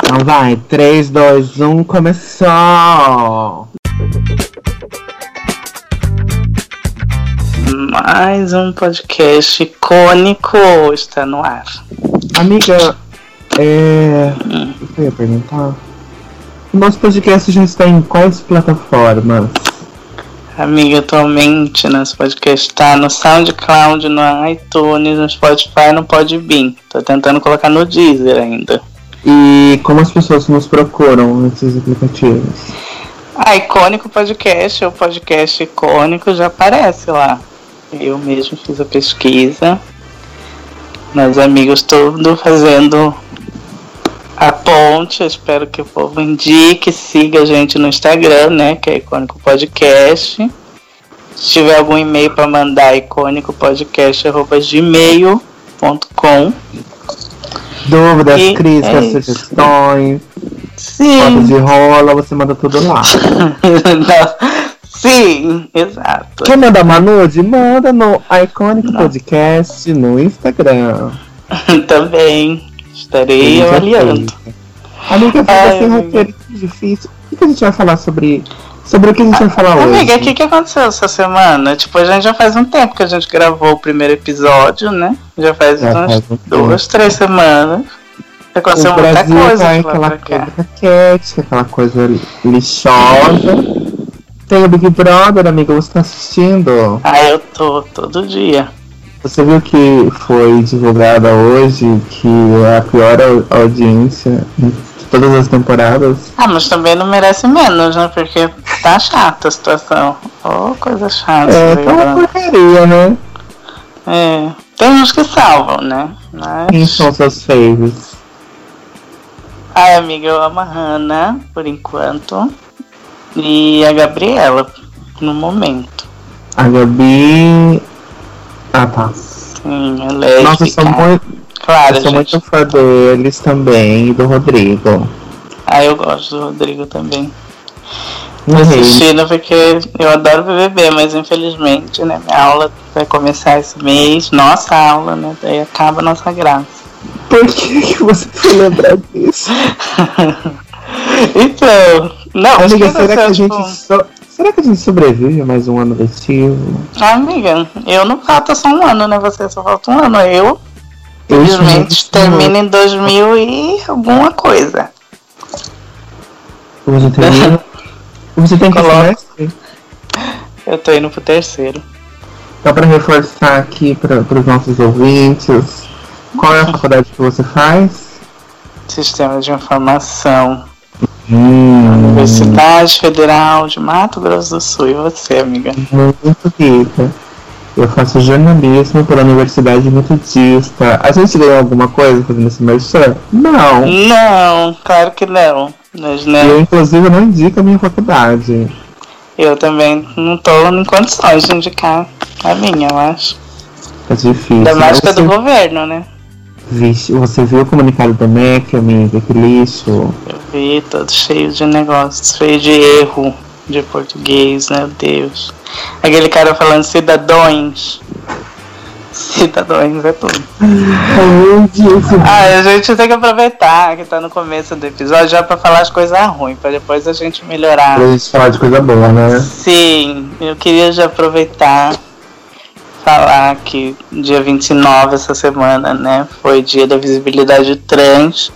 Então vai, 3, 2, 1, começou! Mais um podcast icônico está no ar. Amiga, eu ia perguntar. O nosso podcast já está em quais plataformas? Amiga, atualmente nosso podcast está no SoundCloud, no iTunes, no Spotify, no Podbean. Tô tentando colocar no Deezer ainda. E como as pessoas nos procuram nesses aplicativos? Icônico Podcast, o podcast icônico já aparece lá. Eu mesmo fiz a pesquisa. Meus amigos todos fazendo a ponte. Eu espero que o povo indique, siga a gente no Instagram, né? Que é Icônico Podcast. Se tiver algum e-mail para mandar, icônicopodcast@gmail.com. Dúvidas, críticas, sugestões, fotos de rola, você manda tudo lá. Sim, exato. Quer mandar uma nude? Manda no Icônico Podcast no Instagram. Também estarei avaliando. Amiga, vai ser roteiro difícil. O que a gente vai falar sobre o que a gente vai falar hoje? Amiga, o que aconteceu essa semana? Tipo, a gente já faz um tempo que a gente gravou o primeiro episódio, né? Já faz umas 2, 3 semanas. Aconteceu muita coisa. Tá aquela coisa raquete, aquela coisa lixosa. Tem o Big Brother, amiga, você tá assistindo? Eu tô, todo dia. Você viu que foi divulgada hoje que é a pior audiência de todas as temporadas? Mas também não merece menos, né? Porque tá chata a situação. Coisa chata. Tá uma porcaria, né? Tem uns que salvam, né? Mas... Quem são seus favorites? Amiga, eu amo a Hannah, por enquanto. E a Gabriela, no momento. A Gabi... tá. Sim, ela é Nossa, eu sou muito fã deles também, e do Rodrigo. Eu gosto do Rodrigo também. Tô assistindo porque eu adoro BBB, mas infelizmente, né, minha aula vai começar esse mês. Nossa aula, né, daí acaba a nossa graça. Por que você foi lembrar disso? Então, não, amiga, será que a gente sobrevive a mais um ano letivo? Amiga, eu não falta só um ano, né? Você só falta um ano. Eu infelizmente termino em 2000 e alguma coisa. Você termina? Você tem que semestre? Eu tô indo pro terceiro. Só pra reforçar aqui pros nossos ouvintes, qual é a faculdade que você faz? Sistema de Informação. Universidade Federal de Mato Grosso do Sul. E você, amiga? Muito rica. Eu faço jornalismo pela Universidade Metodista. A gente ganhou alguma coisa fazendo esse merchan? Não. Não, claro que não. Mas, né? Eu, inclusive, não indico a minha faculdade. Eu também não tô em condições de indicar a minha, eu acho. É difícil. Ainda mais que é do governo, né? Vixe, você viu o comunicado do MEC, amiga? Que lixo. Eu vi, todo cheio de negócios, cheio de erro de português, meu Deus. Aquele cara falando cidadãos. Cidadãos é tudo. A gente tem que aproveitar que tá no começo do episódio já pra falar as coisas ruins, pra depois a gente melhorar. Pra gente falar de coisa boa, né? Sim, eu queria já aproveitar falar que dia 29 essa semana, né, foi dia da visibilidade trans.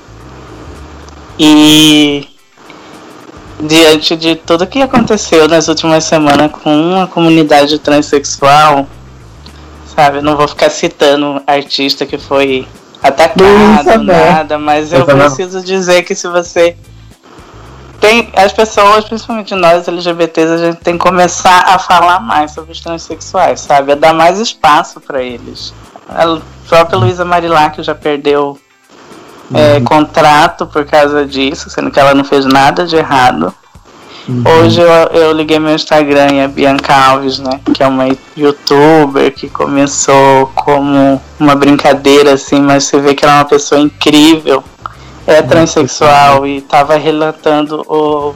E diante de tudo que aconteceu nas últimas semanas com a comunidade transexual, sabe, não vou ficar citando artista que foi atacado, nada, mas eu preciso dizer que se você tem, as pessoas, principalmente nós LGBTs, a gente tem que começar a falar mais sobre os transexuais, sabe? A dar mais espaço para eles. A própria Luísa Marilac já perdeu contrato por causa disso, sendo que ela não fez nada de errado. Hoje eu liguei meu Instagram e a Bianca Alves, né, que é uma youtuber que começou como uma brincadeira, assim, mas você vê que ela é uma pessoa incrível. É transexual e estava relatando o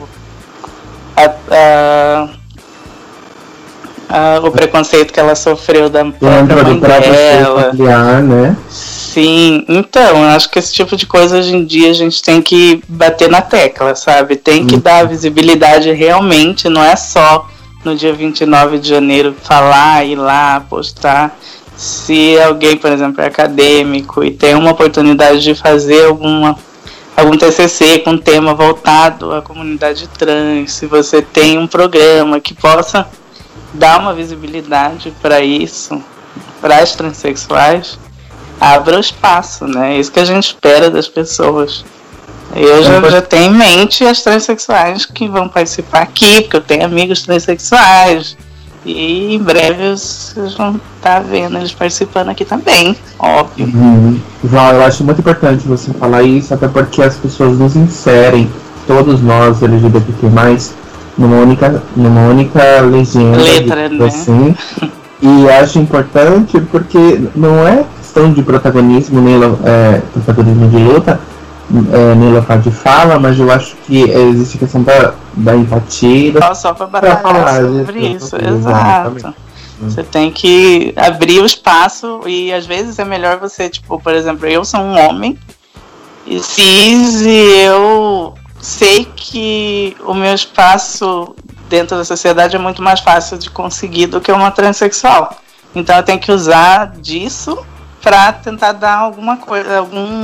preconceito que ela sofreu da própria mãe dela. Familiar, né? Sim, então, eu acho que esse tipo de coisa hoje em dia a gente tem que bater na tecla, sabe? Tem que dar visibilidade realmente, não é só no dia 29 de janeiro falar, ir lá, postar. Se alguém, por exemplo, é acadêmico e tem uma oportunidade de fazer algum TCC com tema voltado à comunidade trans, se você tem um programa que possa dar uma visibilidade para isso, para as transexuais, abra o espaço, né? É isso que a gente espera das pessoas. Eu já tenho em mente as transexuais que vão participar aqui, porque eu tenho amigos transexuais. E em breve vocês vão estar vendo eles participando aqui também, óbvio. Val, eu acho muito importante você falar isso, até porque as pessoas nos inserem, todos nós LGBTQ+, numa única legenda, letra, né? Assim. E acho importante porque não é questão de protagonismo, nem protagonismo de luta, nem local de fala, mas eu acho que existe a questão da empatia. Só para batalhar sobre isso, exato. Você tem que abrir o espaço e às vezes é melhor você, tipo, por exemplo, eu sou um homem e cis e eu sei que o meu espaço dentro da sociedade é muito mais fácil de conseguir do que uma transexual. Então eu tenho que usar disso para tentar dar alguma coisa,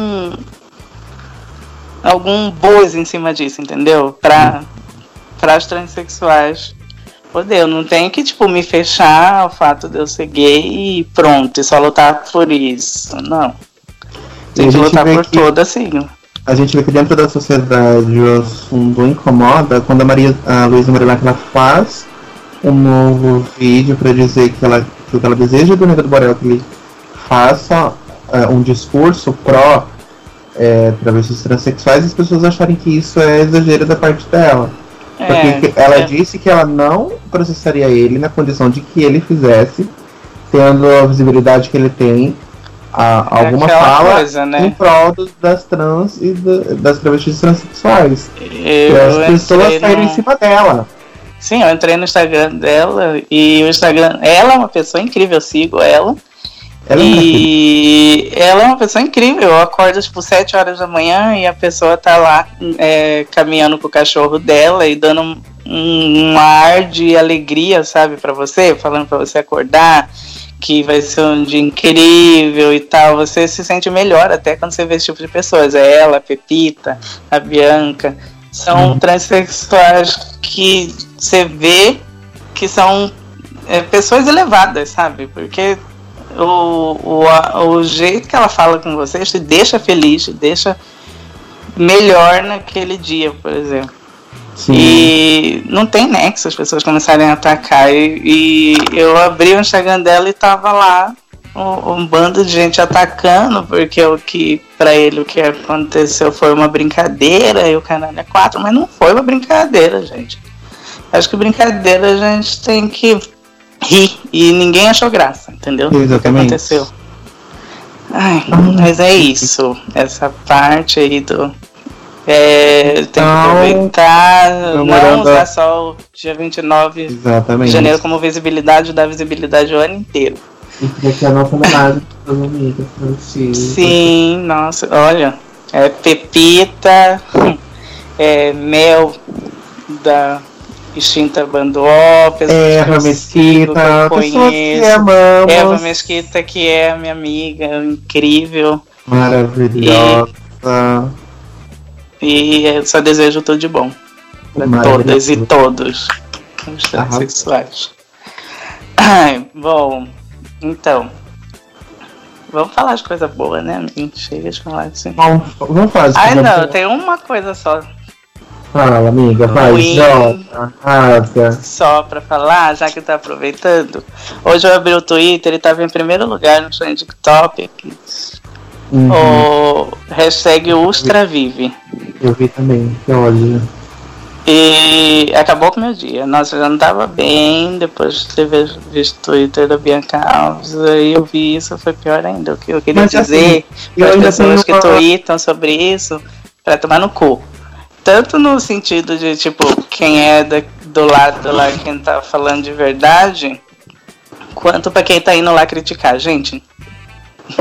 algum buzz em cima disso, entendeu? Para as transexuais poder. Eu não tenho que, tipo, me fechar ao fato de eu ser gay e pronto, e só lutar por isso. Não. Tem que lutar por toda, assim. A gente vê que dentro da sociedade o assunto incomoda quando a Luísa Marilac ela faz um novo vídeo para dizer que o que ela deseja do Negro do Borel, que ele faça um discurso pró travestis transexuais, e as pessoas acharem que isso é exagero da parte dela. Porque ela disse que ela não processaria ele na condição de que ele fizesse, tendo a visibilidade que ele tem, alguma fala coisa, né? Em prol das trans e das travestis transexuais. As pessoas saíram em cima dela. Sim, eu entrei no Instagram dela e o Instagram... Ela é uma pessoa incrível, eu sigo ela. Ela é uma pessoa incrível. Eu acordo tipo 7 horas da manhã e a pessoa tá lá caminhando com o cachorro dela e dando um ar de alegria, sabe, pra você, falando pra você acordar, que vai ser um dia incrível e tal. Você se sente melhor até quando você vê esse tipo de pessoas. Ela, a Pepita, a Bianca, são transexuais que você vê que são pessoas elevadas, sabe, porque o jeito que ela fala com você te deixa feliz, te deixa melhor naquele dia, por exemplo. Sim. E não tem nexo as pessoas começarem a atacar. E eu abri o Instagram dela e tava lá um bando de gente atacando, porque o que pra ele o que aconteceu foi uma brincadeira e o caralho é 4, mas não foi uma brincadeira, gente. Acho que brincadeira a gente tem que rir e ninguém achou graça, entendeu? Exatamente. O que aconteceu. Ai, mas é isso. Essa parte aí do... tem que aproveitar, não usar só o dia 29 de janeiro como visibilidade, dar visibilidade o ano inteiro. E que é a nossa homenagem para as amigas, para os filhos. Sim, nossa, olha, Pepita, Mel da extinta Banduó, Eva Mesquita, pessoas que amamos. Eva Mesquita, que é minha amiga incrível, maravilhosa. E eu só desejo tudo de bom para todas e todos os transexuais. Bom, então vamos falar de coisa boa, né, amigo? Chega de falar assim. Vamos fazer. Não, tem uma coisa só. Fala, amiga, vai, joga. Só pra falar, já que tá aproveitando. Hoje eu abri o Twitter e tava em primeiro lugar no Trending Topics. O hashtag UltraVive. Eu vi também, que ódio. E acabou com o meu dia. Nossa, eu já não tava bem depois de ter visto o Twitter da Bianca Alves. Aí eu vi isso, foi pior ainda. O que eu queria dizer para as pessoas que tweetam sobre isso, pra tomar no cu. Tanto no sentido de, tipo, quem é do lado lá, quem tá falando de verdade, quanto pra quem tá indo lá criticar. Gente,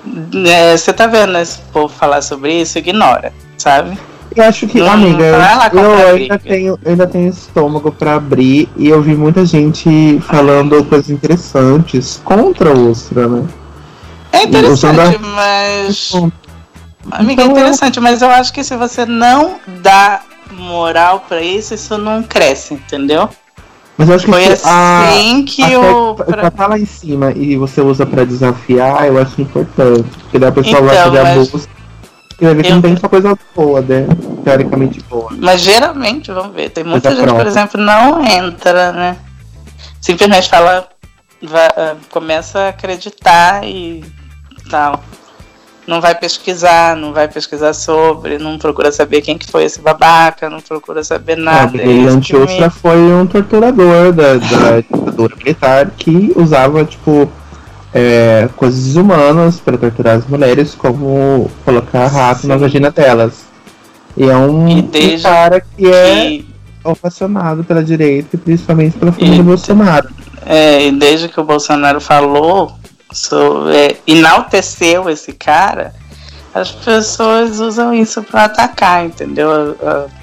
Você tá vendo esse povo falar sobre isso, ignora, sabe? Eu acho que, Não, amiga, não vai lá eu comprar ainda tenho estômago pra abrir e eu vi muita gente falando coisas interessantes contra o Ustra, né? É interessante, mas. Amiga, é interessante, mas eu acho que se você não dá moral pra isso, isso não cresce, entendeu? Mas eu acho que foi assim que pra tá lá em cima e você usa pra desafiar, eu acho importante. Porque daí a pessoa vai fazer a busca e vai ver que não tem só coisa boa, né? Teoricamente boa. Mas geralmente, vamos ver, tem muita gente, por exemplo, não entra, né? Simplesmente fala, começa a acreditar e tal. Não vai pesquisar sobre, não procura saber quem que foi esse babaca, não procura saber nada. E Antiustra foi um torturador da ditadura militar que usava, tipo, coisas desumanas para torturar as mulheres, como colocar rato na vagina delas. E é um cara que é ovacionado pela direita e principalmente pela família Bolsonaro. E desde que o Bolsonaro falou, enalteceu esse cara, as pessoas usam isso para atacar, entendeu?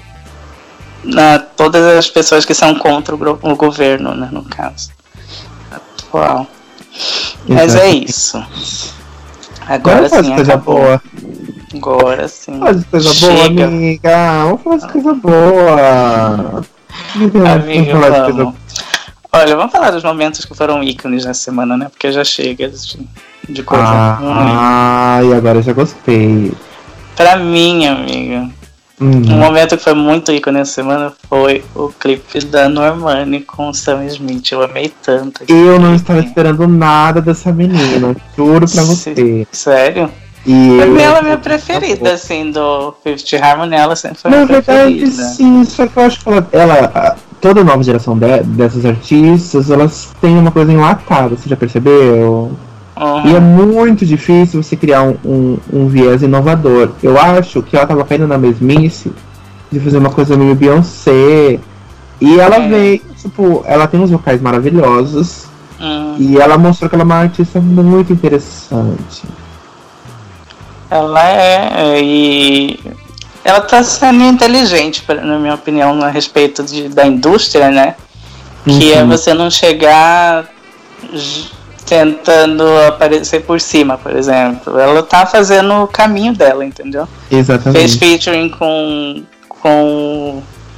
Todas as pessoas que são contra o governo, né, no caso atual. Mas é isso. Agora sim, coisa boa. Agora sim. Faz coisa boa, amiga. Vamos fazer coisa boa. Amiga, vamos. Olha, vamos falar dos momentos que foram ícones na semana, né? Porque já chega de coisa ruim. E agora eu já gostei. Pra mim, amiga, um momento que foi muito ícone na semana foi o clipe da Normani com o Sam Smith. Eu amei tanto. Eu não estava esperando nada dessa menina, juro pra você. Sério? Pra mim ela é minha preferida, assim, do Fifth Harmony, ela sempre foi minha preferida. Sim, só que eu acho que ela toda nova geração dessas artistas, elas têm uma coisa enlatada, você já percebeu? E é muito difícil você criar um viés inovador. Eu acho que ela tava caindo na mesmice de fazer uma coisa meio Beyoncé. E ela veio, tipo, ela tem uns vocais maravilhosos. E ela mostrou que ela é uma artista muito interessante. Ela e ela tá sendo inteligente, na minha opinião, a respeito da indústria, né? Que é você não chegar tentando aparecer por cima, por exemplo. Ela tá fazendo o caminho dela, entendeu? Exatamente. Fez featuring com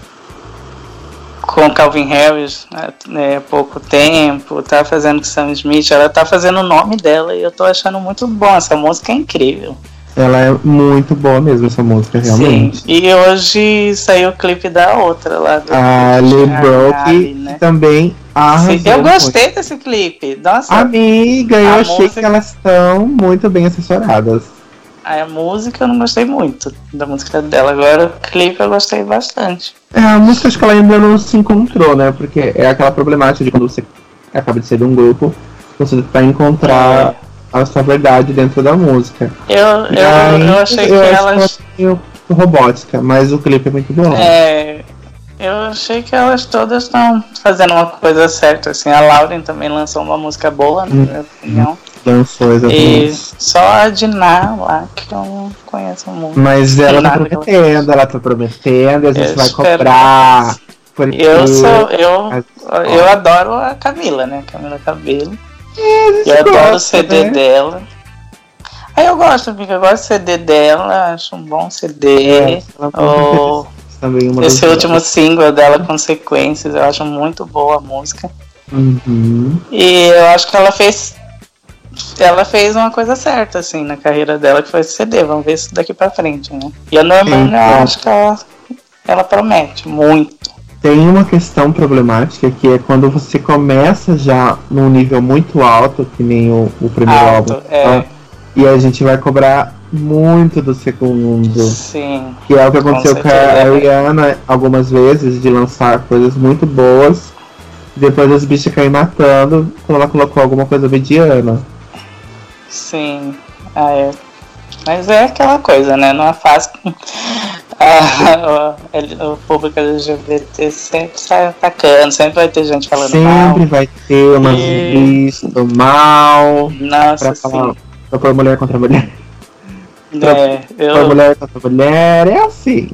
Calvin Harris há pouco tempo, tá fazendo com Sam Smith, ela tá fazendo o nome dela e eu tô achando muito bom, essa música é incrível. Ela é muito boa mesmo, essa música, realmente. Sim. E hoje saiu o clipe da outra lá do Lil Brook, né? Que também arrasou. Eu gostei desse clipe. Nossa, amiga, eu achei que elas estão muito bem assessoradas. A música eu não gostei muito da música dela, agora o clipe eu gostei bastante. A música acho que ela ainda não se encontrou, né? Porque é aquela problemática de quando você acaba de ser de um grupo, você vai encontrar a sua verdade dentro da música. Eu achei que elas robótica, mas o clipe é muito bom. Eu achei que elas todas estão fazendo uma coisa certa, assim. A Lauren também lançou uma música boa, na minha opinião. Lançou, exatamente. E só a Diná lá, que eu não conheço muito. Mas ela tá prometendo, a gente vai cobrar. Eu adoro a Camila, né? Camila Cabello. Eu adoro o CD dela. Aí eu gosto, amiga, eu gosto do CD dela, acho um bom CD. Esse último single dela, Consequências, eu acho muito boa a música. E eu acho que ela fez uma coisa certa, assim, na carreira dela, que foi esse CD. Vamos ver isso daqui pra frente, né? E a Normani, eu acho que ela promete muito. Tem uma questão problemática que é quando você começa já num nível muito alto, que nem o primeiro álbum, e a gente vai cobrar muito do segundo. Sim. Que é o que aconteceu com a Rihanna algumas vezes, de lançar coisas muito boas, depois as bichas caem matando quando ela colocou alguma coisa mediana. Sim. Mas é aquela coisa, né? Não é fácil. O público LGBT sempre sai atacando, sempre vai ter gente falando mal. Sempre vai ter umas visto mal. Nossa, pra pra pôr mulher contra mulher. Eu... mulher contra mulher, é assim.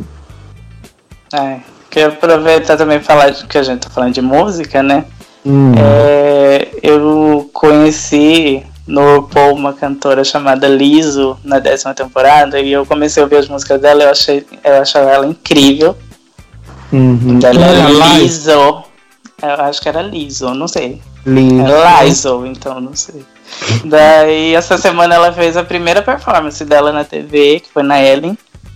Quero aproveitar também e falar que a gente tá falando de música, né? Eu conheci no RuPaul uma cantora chamada Lizzo na 10ª temporada e eu comecei a ouvir as músicas dela e eu achava ela incrível. Ela era Lizzo. Eu acho que era Lizzo, não sei. Lizzo, então não sei. Daí essa semana ela fez a primeira performance dela na TV, que foi na Ellen.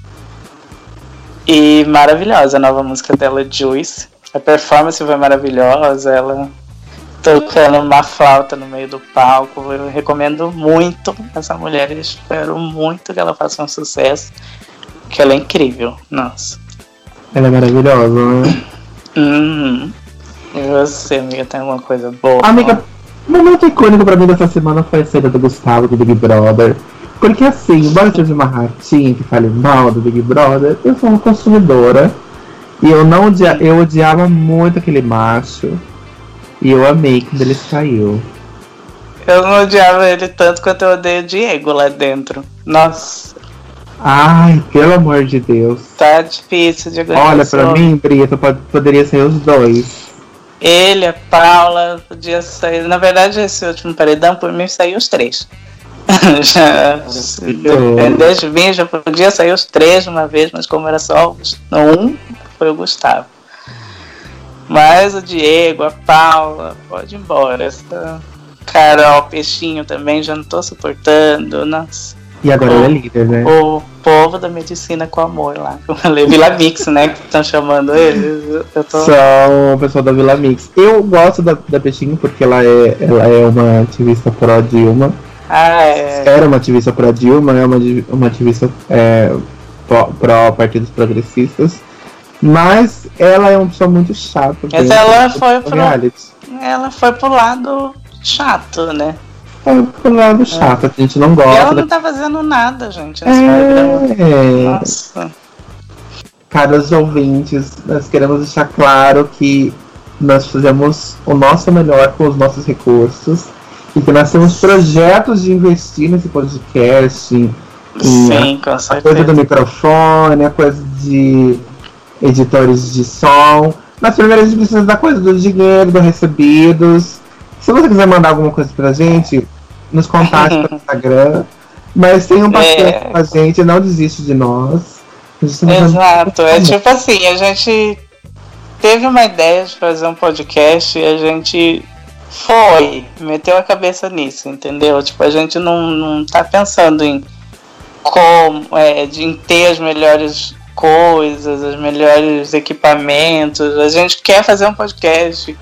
E maravilhosa a nova música dela, Juice. A performance foi maravilhosa, ela tocando uma flauta no meio do palco. Eu recomendo muito essa mulher, eu espero muito que ela faça um sucesso, porque ela é incrível, nossa. Ela é maravilhosa, né? E você, amiga, tem alguma coisa boa? Amiga, o momento icônico pra mim dessa semana foi a saída do Gustavo do Big Brother. Porque assim, embora seja uma ratinha que fale mal do Big Brother, eu sou uma consumidora. E eu odiava muito aquele macho. E eu amei quando ele saiu. Eu não odiava ele tanto quanto eu odeio o Diego lá dentro. Nossa. Ai, pelo amor de Deus. Tá difícil de aguentar. Olha, pra mim, Brito, poderia ser os dois. Ele, a Paula, podia sair. Na verdade, esse último paredão, por mim, saiu os 3. Desde mim, já podia sair os 3 de uma vez, mas como era só um, foi o Gustavo. Mas o Diego, a Paula, pode ir embora. Essa Carol, Peixinho também, já não tô suportando. Nossa. E agora ela é líder, né? O povo da medicina com amor lá. Vila Mix, né? Que estão chamando eles. São o pessoal da Vila Mix. Eu gosto da Peixinho porque ela é uma ativista pró-Dilma. Era uma ativista pró-Dilma, é uma ativista pró-partidos progressistas. Mas ela é uma pessoa muito chata. Mas ela foi pro lado chato, né? Pelo lado chato, a gente não gosta. E ela não tá fazendo nada, gente, nesse programa. Nossa. Caros ouvintes, nós queremos deixar claro que nós fizemos o nosso melhor com os nossos recursos e que nós temos projetos de investir nesse podcast. Sim, com certeza. A coisa do microfone, a coisa de editores de som. Mas primeiro a gente precisa da coisa do dinheiro, dos recebidos. Se você quiser mandar alguma coisa pra gente, nos contate pelo Instagram. Mas tenham paciência com a gente, não desiste de nós. Exato, tipo assim, a gente teve uma ideia de fazer um podcast e a gente meteu a cabeça nisso, entendeu? Tipo, a gente não tá pensando em como, em ter as melhores coisas, os melhores equipamentos. A gente quer fazer um podcast,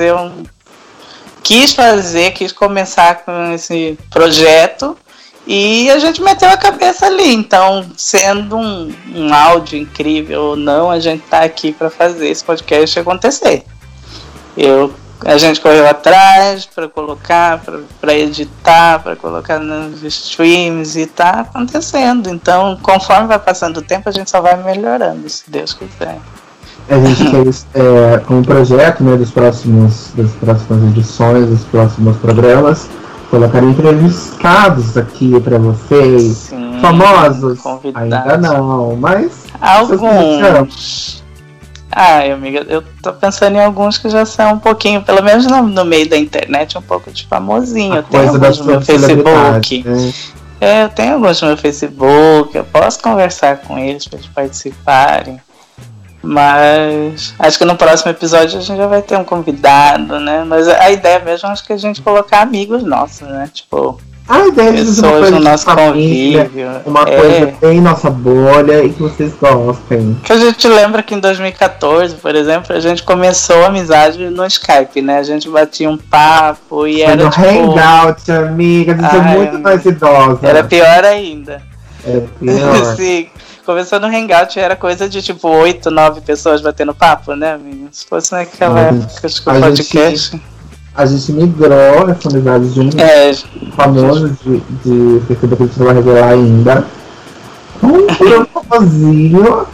quis começar com esse projeto e a gente meteu a cabeça ali. Então, sendo um áudio incrível ou não, a gente tá aqui para fazer esse podcast acontecer. A gente correu atrás para colocar, para editar, para colocar nos streams e tá acontecendo. Então, conforme vai passando o tempo, a gente só vai melhorando, se Deus quiser. A gente fez um projeto, né, das próximas edições, dos próximos programas, colocar entrevistados aqui para vocês. Sim, famosos? Convidados. Ainda não, mas alguns. Amiga, eu tô pensando em alguns que já são um pouquinho, pelo menos no meio da internet, um pouco de famosinho. Eu tenho alguns no meu Facebook. Né? Eu tenho alguns no meu Facebook, eu posso conversar com eles para eles participarem. Mas acho que no próximo episódio a gente já vai ter um convidado, né? Mas a ideia mesmo acho que a gente colocar amigos nossos, né? Tipo, a ideia de pessoas no nosso convívio. Uma coisa bem nossa bolha e que vocês gostem. Que a gente lembra que em 2014, por exemplo, a gente começou a amizade no Skype, né? A gente batia um papo e era no tipo... Hangout, amiga, vocês são muito mais idosas. Era pior ainda. Era pior. Sim. Começou no Hangout, era coisa de tipo 8, 9 pessoas batendo papo, né, amiga? Se fosse naquela época de podcast. A gente migrou essa amizade de um famoso de Facebook que a gente não vai revelar ainda. Um famosinho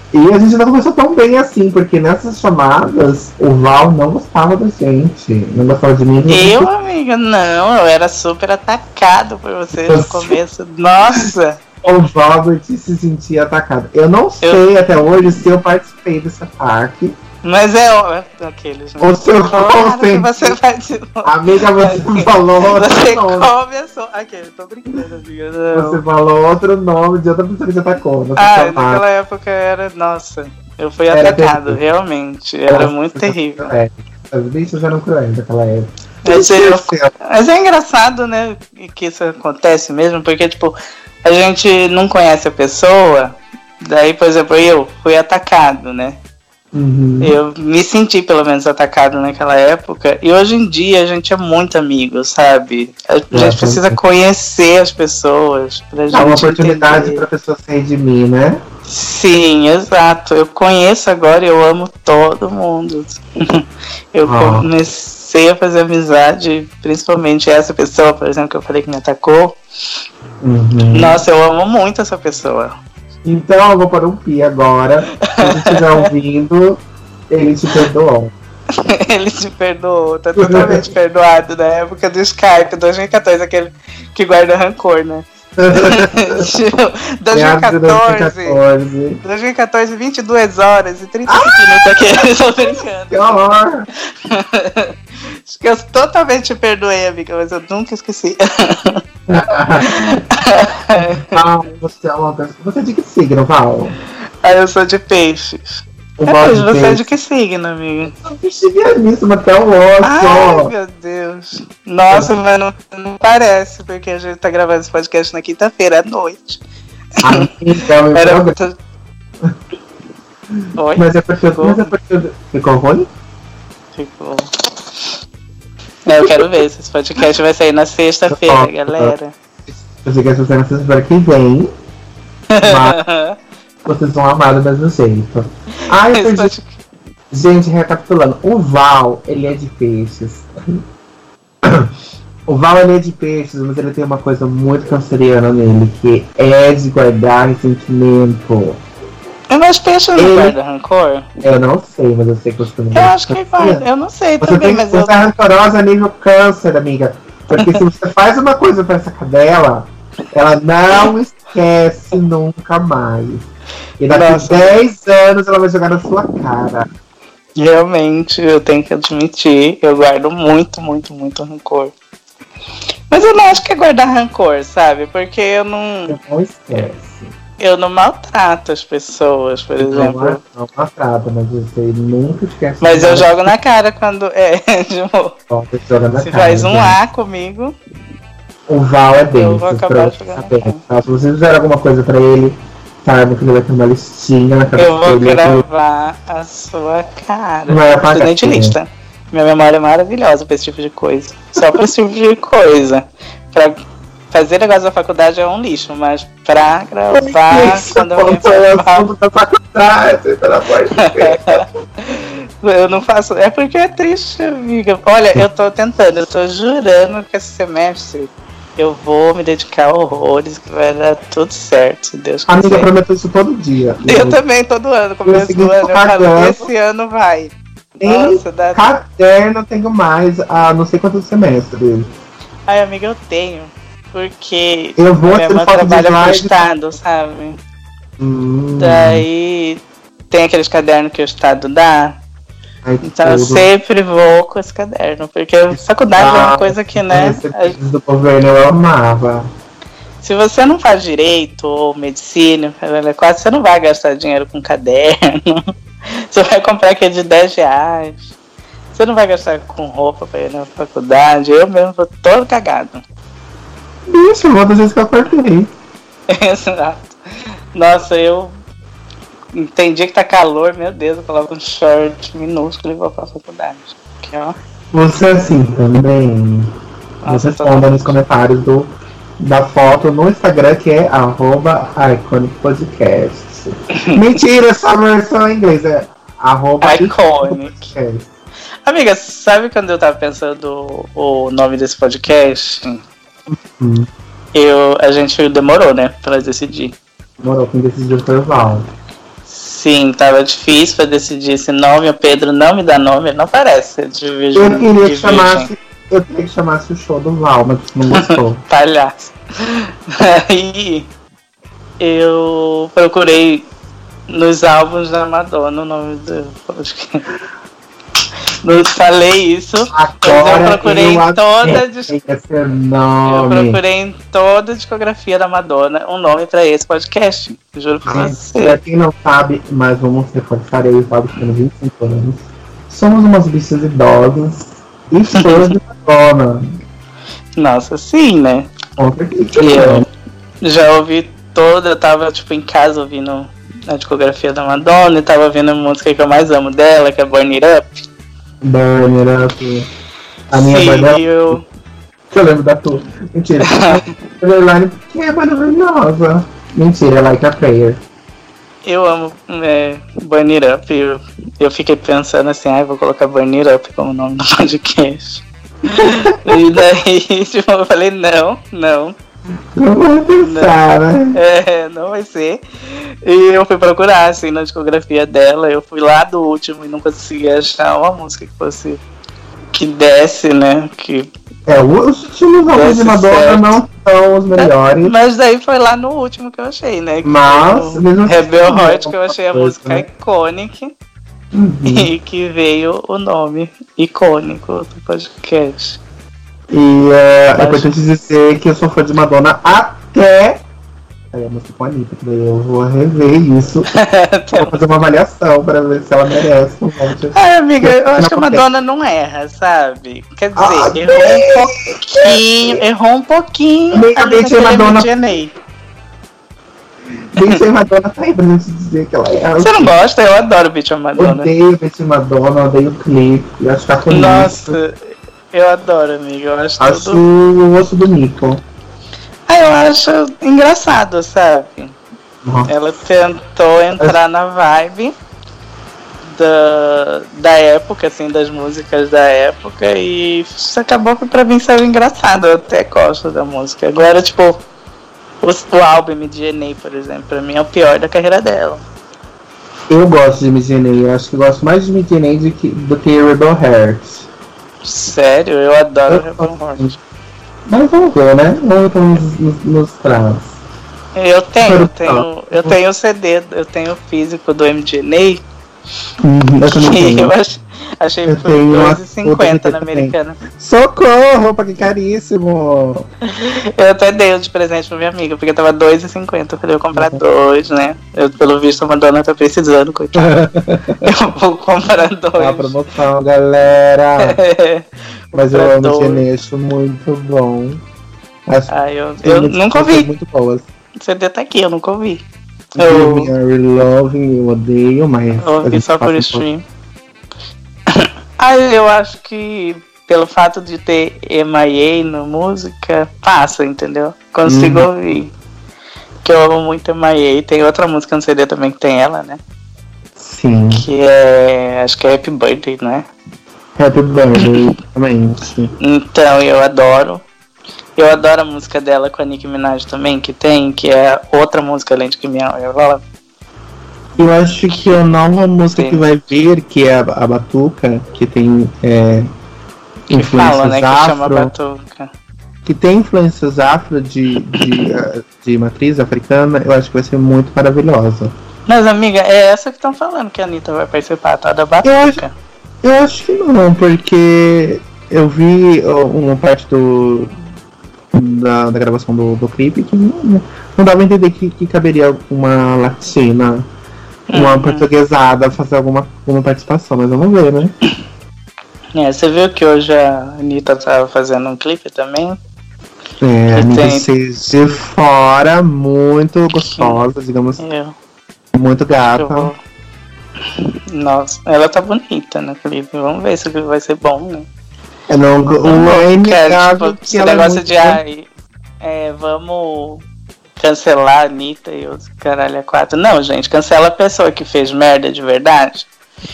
E a gente não começou tão bem assim, porque nessas chamadas o Val não gostava da gente. Não gostava de mim. Eu, amiga, não, eu era super atacado por você no começo. Nossa! O Robert se sentia atacado. Eu não sei até hoje se eu participei desse ataque. Mas é aqueles. Né? O seu que você participou. Amiga, você falou outro nome. Você começou. Aquele, tô brincando, amiga. Não. Você falou outro nome de outra pessoa que você atacou. Naquela época era. Nossa, eu fui atacado, realmente. Era muito terrível. As bichas eram cruéis naquela época. Mas é engraçado, né? Que isso acontece mesmo, porque, tipo, a gente não conhece a pessoa. Daí, por exemplo, eu fui atacado, né? Uhum. Eu me senti pelo menos atacado naquela época. E hoje em dia a gente é muito amigo, sabe? A gente precisa conhecer as pessoas pra gente uma oportunidade pra pessoa sair de mim, né? Sim, exato. Eu conheço agora e eu amo todo mundo. Eu comecei a fazer amizade, principalmente essa pessoa, por exemplo, que eu falei que me atacou. Uhum. Nossa, eu amo muito essa pessoa. Então eu vou pôr um pi agora. Se ele estiver ouvindo, ele te perdoou. Ele te perdoou, tá totalmente perdoado na época do Skype, 2014, aquele que guarda rancor, né? 2014, 22 horas e 35 minutos aqui, eu tô brincando. Que horror! Acho que eu totalmente perdoei, amiga, mas eu nunca esqueci. Você é uma pessoa. Você é de que signo, Val? Eu sou de peixes. Você é de que signo, amiga? Virginianíssimo até o osso. Ai, meu Deus. Nossa, mas não parece, porque a gente tá gravando esse podcast na quinta-feira à noite. Então, era muito... Oi? Mas é porque ficou ruim? Ficou. Eu quero ver se esse podcast vai sair na sexta-feira, galera. Eu sei que vai sair na sexta-feira que vem. Mas vocês vão amar do mesmo jeito. Gente, recapitulando. O Val, ele é de peixes. O Val, ele é de peixes, mas ele tem uma coisa muito canceriana nele, que é de guardar ressentimento. Mas peixe não guarda rancor? Eu não sei, mas eu sei que você também. Eu acho que guarda, eu não sei também, mas você é rancorosa nível câncer, amiga. Porque se você faz uma coisa pra essa cadela, ela não esquece nunca mais. E daqui 10 anos ela vai jogar na sua cara. Realmente, eu tenho que admitir, eu guardo muito, muito, muito rancor. Mas eu não acho que é guardar rancor, sabe? Porque eu não... Você não esquece. Eu não maltrato as pessoas, por exemplo. Não maltrata, mas você nunca esquece. Mas eu jogo na cara quando... Se faz um A comigo... O Val é dele. Eu vou acabar jogando. Se vocês fizeram alguma coisa pra ele, sabe que ele vai ter uma listinha na cabeça. Eu vou gravar a sua cara. Não é apagar. Estudante lista. Minha memória é maravilhosa pra esse tipo de coisa. Só pra esse tipo de coisa. Pra fazer negócio da faculdade é um lixo, mas pra gravar quando eu me eu não faço. É porque é triste, amiga. Olha, eu tô tentando, eu tô jurando que esse semestre eu vou me dedicar horrores, que vai dar tudo certo, se Deus quiser. Amiga, eu prometo isso todo dia. Eu também, todo ano, começo do ano, eu falo, esse ano vai. Nossa, caderno eu tenho mais há não sei quantos semestres. Ai, amiga, eu tenho. Porque eu vou minha irmã trabalha pro Estado, sabe? Daí tem aqueles cadernos que o Estado dá. Então eu sempre vou com esse caderno, porque faculdade é uma coisa que, né? Do governo eu amava. Se você não faz direito ou medicina, quase você não vai gastar dinheiro com caderno. Você vai comprar aquele de R$10. Você não vai gastar com roupa pra ir na faculdade. Eu mesmo vou todo cagado. Isso, uma das vezes que eu acordei. Exato. Nossa, eu entendi que tá calor, meu Deus, eu coloco um short minúsculo e vou pra faculdade. Aqui, ó. Você assim também. Você responda nos comentários da foto no Instagram, que é @iconicpodcast. Mentira, essa versão em inglês é @iconic. Amiga, sabe quando eu tava pensando o nome desse podcast? A gente demorou, né, pra decidir. Demorou, quem decidiu foi o Val. Sim, tava difícil pra decidir esse nome. O Pedro não me dá nome, ele não parece de virgem. Eu queria que chamasse o show do Val, mas você não gostou. Palhaço. Aí eu procurei nos álbuns da Madonna o nome do podcast. Não falei isso, Agora mas eu procurei em toda eu procurei em toda a discografia da Madonna um nome pra esse podcast. Juro pra você. Pra quem não sabe, mas vamos reforçar aí, o Fábio tendo 25 anos. Somos umas bichas idosas e fãs de Madonna. Nossa, sim, né? Eu já ouvi toda, eu tava tipo em casa ouvindo a discografia da Madonna e tava ouvindo a música que eu mais amo dela, que é Burn It Up. Burn It Up. A minha banda. Eu lembro da tua. Mentira. Underline porque é maravilhosa. Mentira, Like a Prayer. Eu amo Burn It Up. Eu fiquei pensando assim, vou colocar Burn It Up como nome do podcast. E daí, tipo, eu falei, não. Não vou pensar, né? Não vai ser. E eu fui procurar, assim, na discografia dela. Eu fui lá do último e não consegui achar uma música que fosse... que desse, né? Que os estilos novos de Madonna não são os melhores. Mas daí foi lá no último que eu achei, né? Mas... Rebel Heart, que eu achei a música icônica. E que veio o nome icônico do podcast. E é importante dizer que eu sou fã de Madonna até... Aí a música com a Anitta, que daí eu vou rever isso. Vou fazer uma avaliação pra ver se ela merece. Amiga, eu acho que a Madonna não erra, sabe? Quer dizer, errou um pouquinho. Deixa a Madonna. Deixa a Madonna sair pra gente dizer que ela erra. Você não gosta? Eu adoro o Beat of Madonna. Odeio o Beat of Madonna, odeio o clipe. Eu acho que tá com Nossa, eu adoro, amiga. Eu acho o osso do Nico. Eu acho engraçado, sabe? Nossa. Ela tentou entrar na vibe da época, assim, das músicas da época, e isso acabou que pra mim saiu engraçado. Eu até gosto da música. Agora, tipo, o álbum MDNA, por exemplo, pra mim é o pior da carreira dela. Eu gosto de MDNA, eu acho que gosto mais de MDNA do que Rebel Heart. Sério? Eu adoro Rebel Heart. Mas vamos ver, né? Vamos nos traz. Eu tenho o CD, eu tenho o físico do MDNA. Eu achei por R$2,50 na Americana. Socorro, que caríssimo! Eu até dei de presente pra minha amiga, porque tava R$2,50. Eu falei, eu vou comprar dois, né? Pelo visto, a Madonna tá precisando, coitada. Eu vou comprar dois. A promoção, galera! Mas eu amo o acho muito bom. Eu nunca ouvi. Muito boas. O CD tá aqui, eu nunca ouvi. Eu odeio, mas... Eu ouvi só por stream. Eu acho que pelo fato de ter MIA na música, passa, entendeu? Consigo ouvir. Que eu amo muito MIA. Tem outra música no CD também que tem ela, né? Sim. Que é... acho que é Happy Birthday, não é? Happy Birthday, exatamente. Então, eu adoro. Eu adoro a música dela com a Nicki Minaj também, que é outra música além de que minha ela. Eu acho que a nova música que vai vir, que é a Batuca, que tem influências né, afro, que chama Batuca. Que tem influências afro de matriz africana, eu acho que vai ser muito maravilhosa. Mas, amiga, é essa que estão falando que a Anitta vai participar, tá? Da Batuca. Eu acho que não, porque eu vi uma parte da gravação do clipe que não dava a entender que caberia uma latina, uma portuguesada fazer alguma participação, mas vamos ver, né? Você viu que hoje a Anitta tava fazendo um clipe também? A Anitta de fora, muito gostosa, digamos, muito gata. Nossa, ela tá bonita no clipe, vamos ver se o clipe vai ser bom, né? Esse negócio de vamos cancelar a Anitta e os caralho a quatro. Não, gente, cancela a pessoa que fez merda de verdade.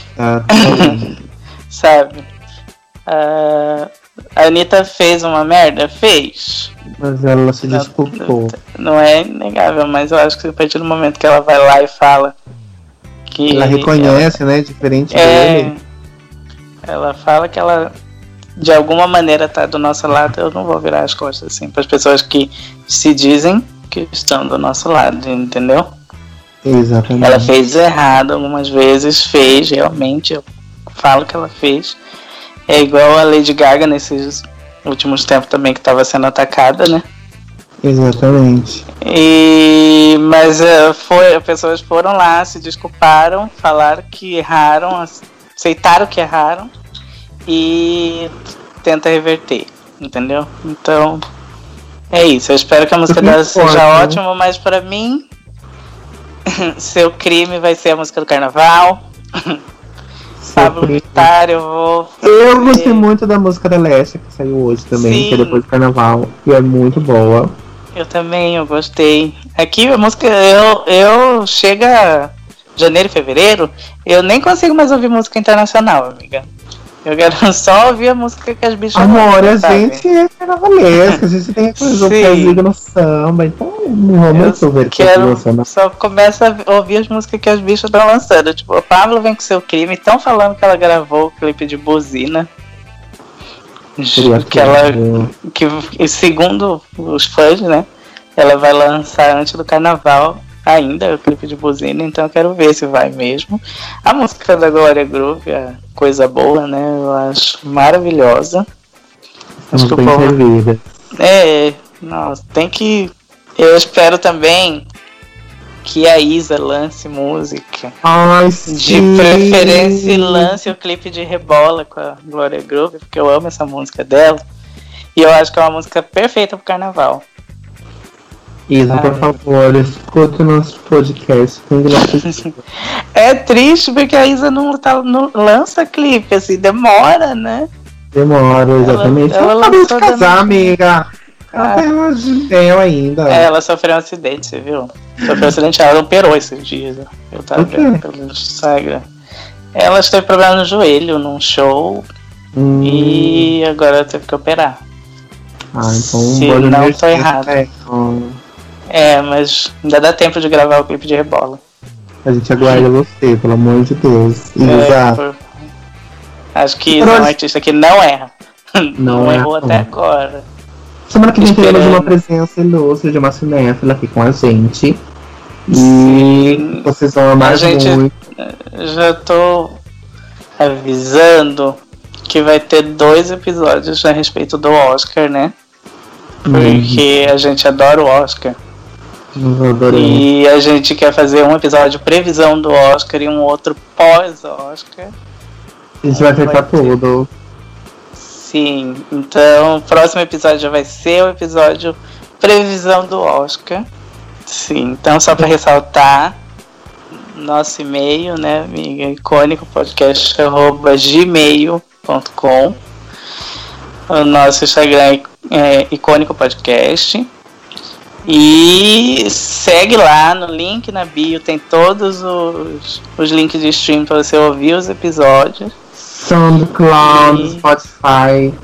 Sabe? A Anitta fez uma merda? Fez. Mas ela se desculpou. Não é inegável, mas eu acho que a partir do momento que ela vai lá e fala Que ela reconhece, né? Diferente dele. Ela fala que ela de alguma maneira tá do nosso lado. Eu não vou virar as costas assim para as pessoas que se dizem que estão do nosso lado, entendeu? Exatamente. Ela fez errado algumas vezes, fez realmente, eu falo que ela fez. É igual a Lady Gaga nesses últimos tempos também, que estava sendo atacada, né? Exatamente. Mas as pessoas foram lá, se desculparam, falaram que erraram, aceitaram que erraram e tenta reverter, entendeu? Então é isso, eu espero que a música dela seja ótima, mas pra mim Seu Crime vai ser a música do Carnaval. Pablo Vittar, eu gostei muito da música da Lesha, que saiu hoje também. Sim. Que é depois do Carnaval, e é muito boa. Eu também, eu gostei. Aqui a música, eu chega janeiro e fevereiro, eu nem consigo mais ouvir música internacional, amiga. Eu quero só ouvir a música que as bichas Amor, a gente é carnavalesca, a gente tem que resolver as ligas no samba, então não vamos resolver que só começa a ouvir as músicas que as bichas estão lançando. Tipo, a Pablo Vem Com Seu Crime, estão falando que ela gravou o clipe de Buzina. Que segundo os fãs, né, ela vai lançar antes do Carnaval ainda o clipe de Buzina, então eu quero ver se vai mesmo. A música da Glória Groove é coisa boa, né? Eu acho maravilhosa. Acho que o povo... nossa, tem que... Eu espero também que a Isa lance música. Ai, de preferência lance o clipe de Rebola com a Glória Groove, porque eu amo essa música dela. E eu acho que é uma música perfeita pro Carnaval. Isa, por favor, escute o nosso podcast. É triste porque a Isa não lança clipe, assim, demora, né? Demora, exatamente. Ela acabou de casar, amiga. Ela tem uma gel ainda. Ela sofreu um acidente, você viu? Sofreu um acidente, ela operou esses dias. Eu tava vendo pelo Instagram. Ela teve problema no joelho num show e agora ela teve que operar. Então se não tô errado. Mas ainda dá tempo de gravar o clipe de Rebola. A gente aguarda você, pelo amor de Deus. Isa. Acho que é um artista que não erra. Não errou até agora. Semana que vem teremos uma presença ilustre de uma cinéfila aqui com a gente. E vocês vão amar muito. Já tô avisando que vai ter 2 episódios a respeito do Oscar, né? Porque a gente adora o Oscar. E a gente quer fazer um episódio previsão do Oscar e um outro pós-Oscar. A gente vai fechar tudo. Sim, então o próximo episódio já vai ser o episódio previsão do Oscar. Sim, então só para ressaltar, nosso e-mail, né, amiga, icônicopodcast@gmail.com. O nosso Instagram é Icônico Podcast. E segue lá no link na bio, tem todos os links de stream para você ouvir os episódios. SoundCloud, Spotify,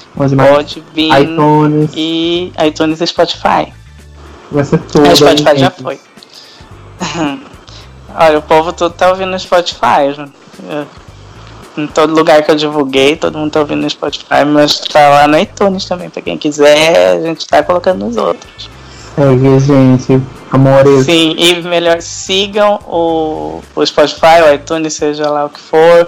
iTunes e Spotify. Vai ser tudo. A Spotify já foi. Olha, o povo todo tá ouvindo no Spotify. Em todo lugar que eu divulguei, todo mundo tá ouvindo no Spotify, mas tá lá no iTunes também, pra quem quiser, a gente tá colocando nos outros. Gente, amores. Sim, e melhor, sigam o Spotify, o iTunes, seja lá o que for.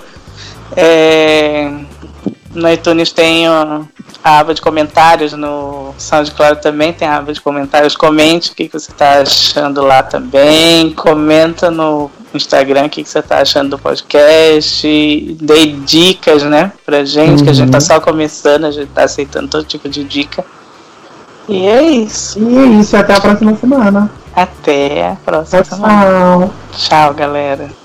No iTunes tem a aba de comentários, no SoundCloud também tem a aba de comentários. Comente o que você está achando lá também. Comenta no Instagram o que você está achando do podcast. Dê dicas, né, pra gente, que a gente tá só começando, a gente tá aceitando todo tipo de dica. E é isso. Até a próxima semana. Até a próxima semana. Tchau. Tchau, galera.